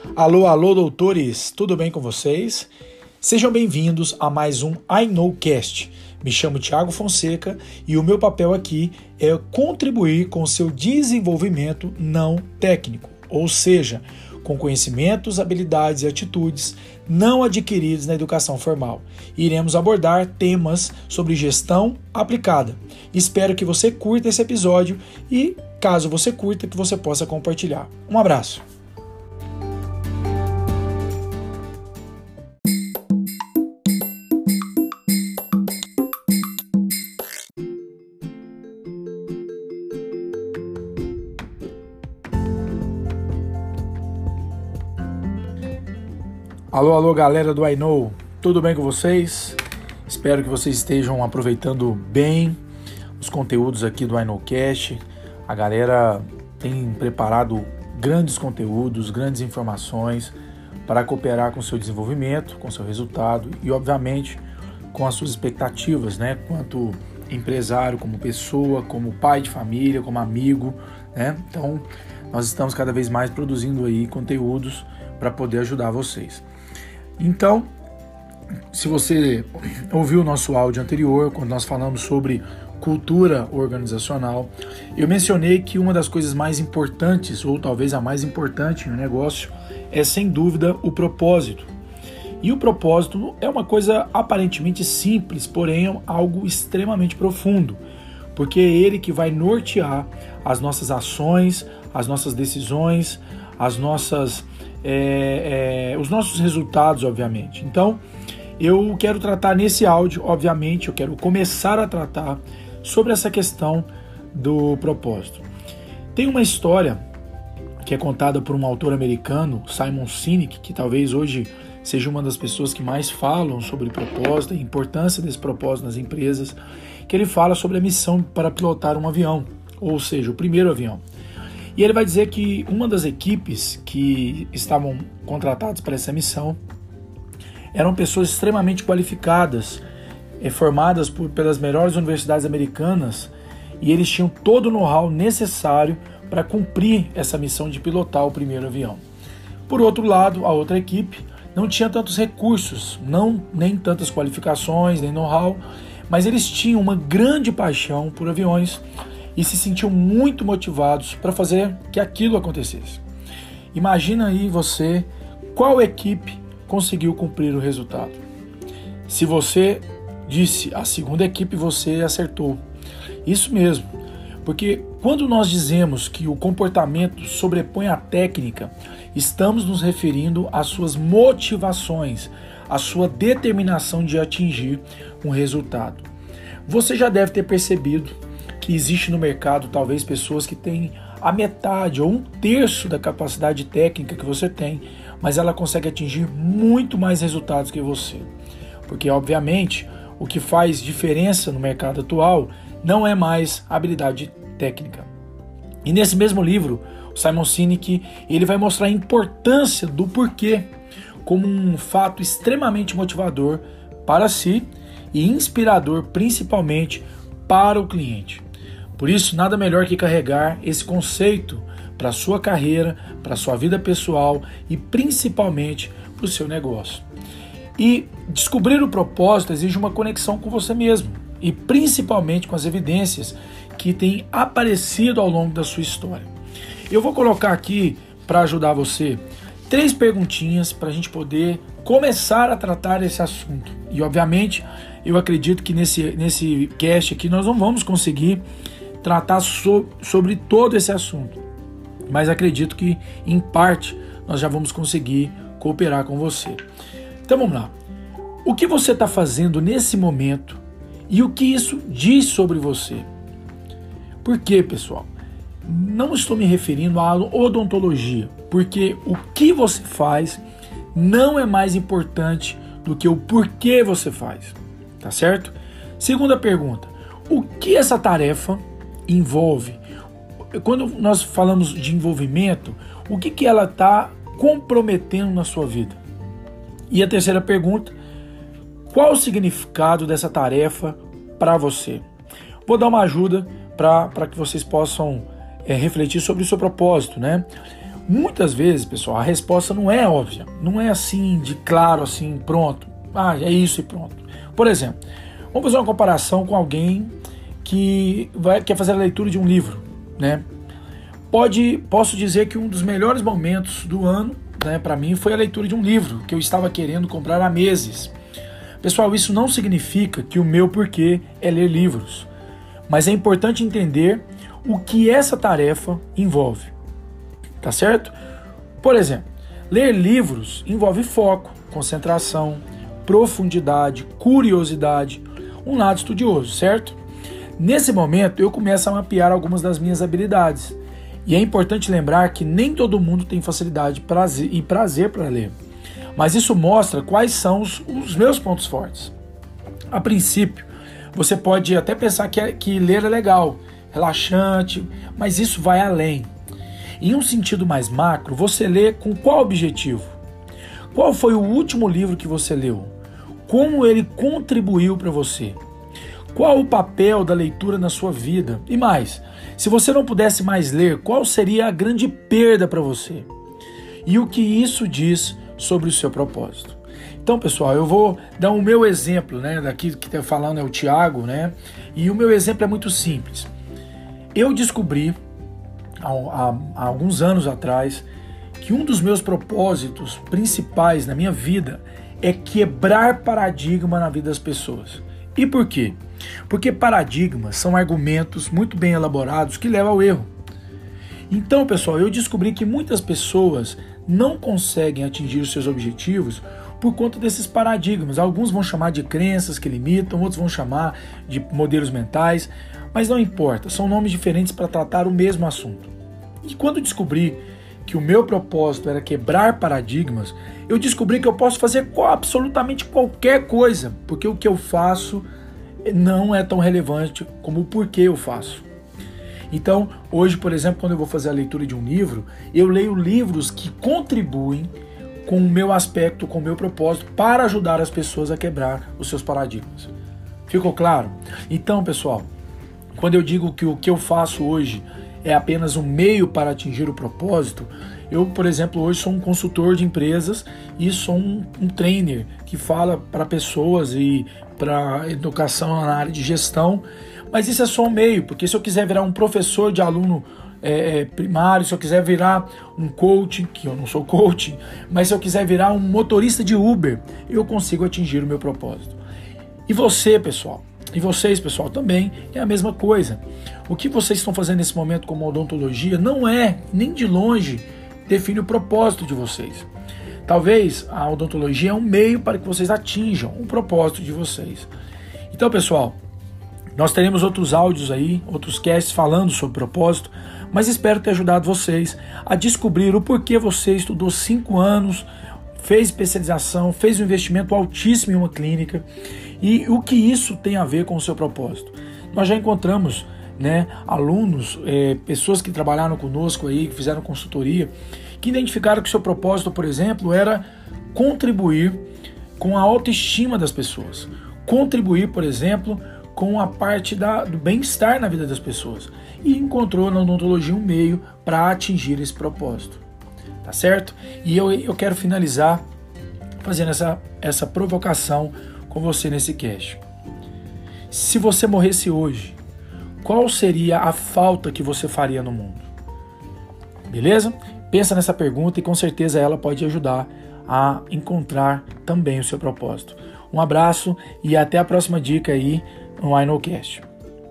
Alô, alô, doutores, tudo bem com vocês? Sejam bem-vindos a mais um iKnowCast. Me chamo Thiago Fonseca e o meu papel aqui é contribuir com o seu desenvolvimento não técnico, ou seja, com conhecimentos, habilidades e atitudes não adquiridos na educação formal. Iremos abordar temas sobre gestão aplicada. Espero que você curta esse episódio e, caso você curta, que você possa compartilhar. Um abraço! Alô, alô, galera do iKnow, tudo bem com vocês? Espero que vocês estejam aproveitando bem os conteúdos aqui do iKnowCast. A galera tem preparado grandes conteúdos, grandes informações para cooperar com o seu desenvolvimento, com o seu resultado e, obviamente, com as suas expectativas, né? Quanto empresário, como pessoa, como pai de família, como amigo, né? Então, nós estamos cada vez mais produzindo aí conteúdos para poder ajudar vocês. Então, se você ouviu o nosso áudio anterior, quando nós falamos sobre cultura organizacional, eu mencionei que uma das coisas mais importantes, ou talvez a mais importante no negócio, é sem dúvida o propósito. E o propósito é uma coisa aparentemente simples, porém é algo extremamente profundo, porque é ele que vai nortear as nossas ações, as nossas decisões, os nossos resultados, obviamente. Então, eu quero tratar nesse áudio, obviamente, eu quero começar a tratar sobre essa questão do propósito. Tem uma história que é contada por um autor americano, Simon Sinek, que talvez hoje seja uma das pessoas que mais falam sobre propósito, a importância desse propósito nas empresas, que ele fala sobre a missão para pilotar um avião, ou seja, o primeiro avião. E ele vai dizer que uma das equipes que estavam contratadas para essa missão eram pessoas extremamente qualificadas, formadas pelas melhores universidades americanas, e eles tinham todo o know-how necessário para cumprir essa missão de pilotar o primeiro avião. Por outro lado, a outra equipe não tinha tantos recursos, nem tantas qualificações, nem know-how, mas eles tinham uma grande paixão por aviões e se sentiam muito motivados para fazer que aquilo acontecesse. Imagina aí você, qual equipe conseguiu cumprir o resultado. Se você disse a segunda equipe, você acertou. Isso mesmo, porque quando nós dizemos que o comportamento sobrepõe a técnica, estamos nos referindo às suas motivações, à sua determinação de atingir um resultado. Você já deve ter percebido que existe no mercado talvez pessoas que têm a metade ou um terço da capacidade técnica que você tem, mas ela consegue atingir muito mais resultados que você. Porque, obviamente, o que faz diferença no mercado atual não é mais habilidade técnica. E nesse mesmo livro, o Simon Sinek, ele vai mostrar a importância do porquê como um fato extremamente motivador para si e inspirador principalmente para o cliente. Por isso, nada melhor que carregar esse conceito para a sua carreira, para a sua vida pessoal e principalmente para o seu negócio. E descobrir o propósito exige uma conexão com você mesmo e principalmente com as evidências que têm aparecido ao longo da sua história. Eu vou colocar aqui, para ajudar você, 3 perguntinhas para a gente poder começar a tratar esse assunto. E, obviamente, eu acredito que nesse cast aqui nós não vamos conseguir tratar sobre todo esse assunto, mas acredito que, em parte, nós já vamos conseguir cooperar com você. Então vamos lá. O que você está fazendo nesse momento e o que isso diz sobre você? Por quê, pessoal? Não estou me referindo à odontologia, porque o que você faz não é mais importante do que o porquê você faz, tá certo? Segunda pergunta, o que essa tarefa envolve? Quando nós falamos de envolvimento, o que ela está comprometendo na sua vida? E a terceira pergunta, qual o significado dessa tarefa para você? Vou dar uma ajuda para que vocês possam refletir sobre o seu propósito, né? Muitas vezes, pessoal, a resposta não é óbvia, não é assim de claro, assim, pronto, é isso e pronto. Por exemplo, vamos fazer uma comparação com alguém que quer fazer a leitura de um livro, né? Posso dizer que um dos melhores momentos do ano, né, para mim, foi a leitura de um livro que eu estava querendo comprar há meses. Pessoal, isso não significa que o meu porquê é ler livros, mas é importante entender o que essa tarefa envolve, tá certo? Por exemplo, ler livros envolve foco, concentração, profundidade, curiosidade, um lado estudioso, certo? Nesse momento, eu começo a mapear algumas das minhas habilidades. E é importante lembrar que nem todo mundo tem facilidade e prazer para ler. Mas isso mostra quais são os meus pontos fortes. A princípio, você pode até pensar que ler é legal, relaxante, mas isso vai além. Em um sentido mais macro, você lê com qual objetivo? Qual foi o último livro que você leu? Como ele contribuiu para você? Qual o papel da leitura na sua vida? E mais, se você não pudesse mais ler, qual seria a grande perda para você? E o que isso diz sobre o seu propósito? Então, pessoal, eu vou dar o meu exemplo, né? Daqui que está falando é o Thiago, né? E o meu exemplo é muito simples. Eu descobri, há alguns anos atrás, que um dos meus propósitos principais na minha vida é quebrar paradigma na vida das pessoas. E por quê? Porque paradigmas são argumentos muito bem elaborados que levam ao erro. Então, pessoal, eu descobri que muitas pessoas não conseguem atingir os seus objetivos por conta desses paradigmas. Alguns vão chamar de crenças que limitam, outros vão chamar de modelos mentais, mas não importa, são nomes diferentes para tratar o mesmo assunto. E quando descobri que o meu propósito era quebrar paradigmas, eu descobri que eu posso fazer absolutamente qualquer coisa, porque o que eu faço não é tão relevante como o porquê eu faço. Então, hoje, por exemplo, quando eu vou fazer a leitura de um livro, eu leio livros que contribuem com o meu aspecto, com o meu propósito, para ajudar as pessoas a quebrar os seus paradigmas. Ficou claro? Então, pessoal, quando eu digo que o que eu faço hoje é apenas um meio para atingir o propósito, eu, por exemplo, hoje sou um consultor de empresas e sou um trainer que fala para pessoas e para educação na área de gestão, mas isso é só um meio, porque se eu quiser virar um professor de aluno primário, se eu quiser virar um coaching, que eu não sou coaching, mas se eu quiser virar um motorista de Uber, eu consigo atingir o meu propósito. E você, pessoal? E vocês, pessoal, também é a mesma coisa. O que vocês estão fazendo nesse momento como odontologia não é, nem de longe, define o propósito de vocês. Talvez a odontologia é um meio para que vocês atinjam o propósito de vocês. Então, pessoal, nós teremos outros áudios aí, outros casts falando sobre propósito, mas espero ter ajudado vocês a descobrir o porquê você estudou 5 anos, fez especialização, fez um investimento altíssimo em uma clínica e o que isso tem a ver com o seu propósito. Nós já encontramos, né, alunos, pessoas que trabalharam conosco aí, que fizeram consultoria, que identificaram que o seu propósito, por exemplo, era contribuir com a autoestima das pessoas, contribuir, por exemplo, com a parte do bem-estar na vida das pessoas e encontrou na odontologia um meio para atingir esse propósito, tá certo? E eu quero finalizar fazendo essa provocação com você nesse cast. Se você morresse hoje, qual seria a falta que você faria no mundo? Beleza? Pensa nessa pergunta e com certeza ela pode ajudar a encontrar também o seu propósito. Um abraço e até a próxima dica aí no iKnowCast.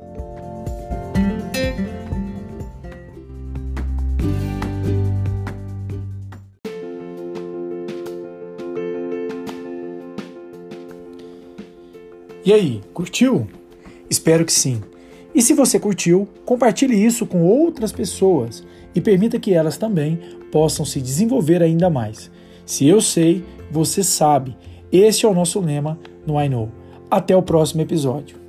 E aí, curtiu? Espero que sim. E se você curtiu, compartilhe isso com outras pessoas e permita que elas também possam se desenvolver ainda mais. Se eu sei, você sabe. Esse é o nosso lema no iKnow. Até o próximo episódio.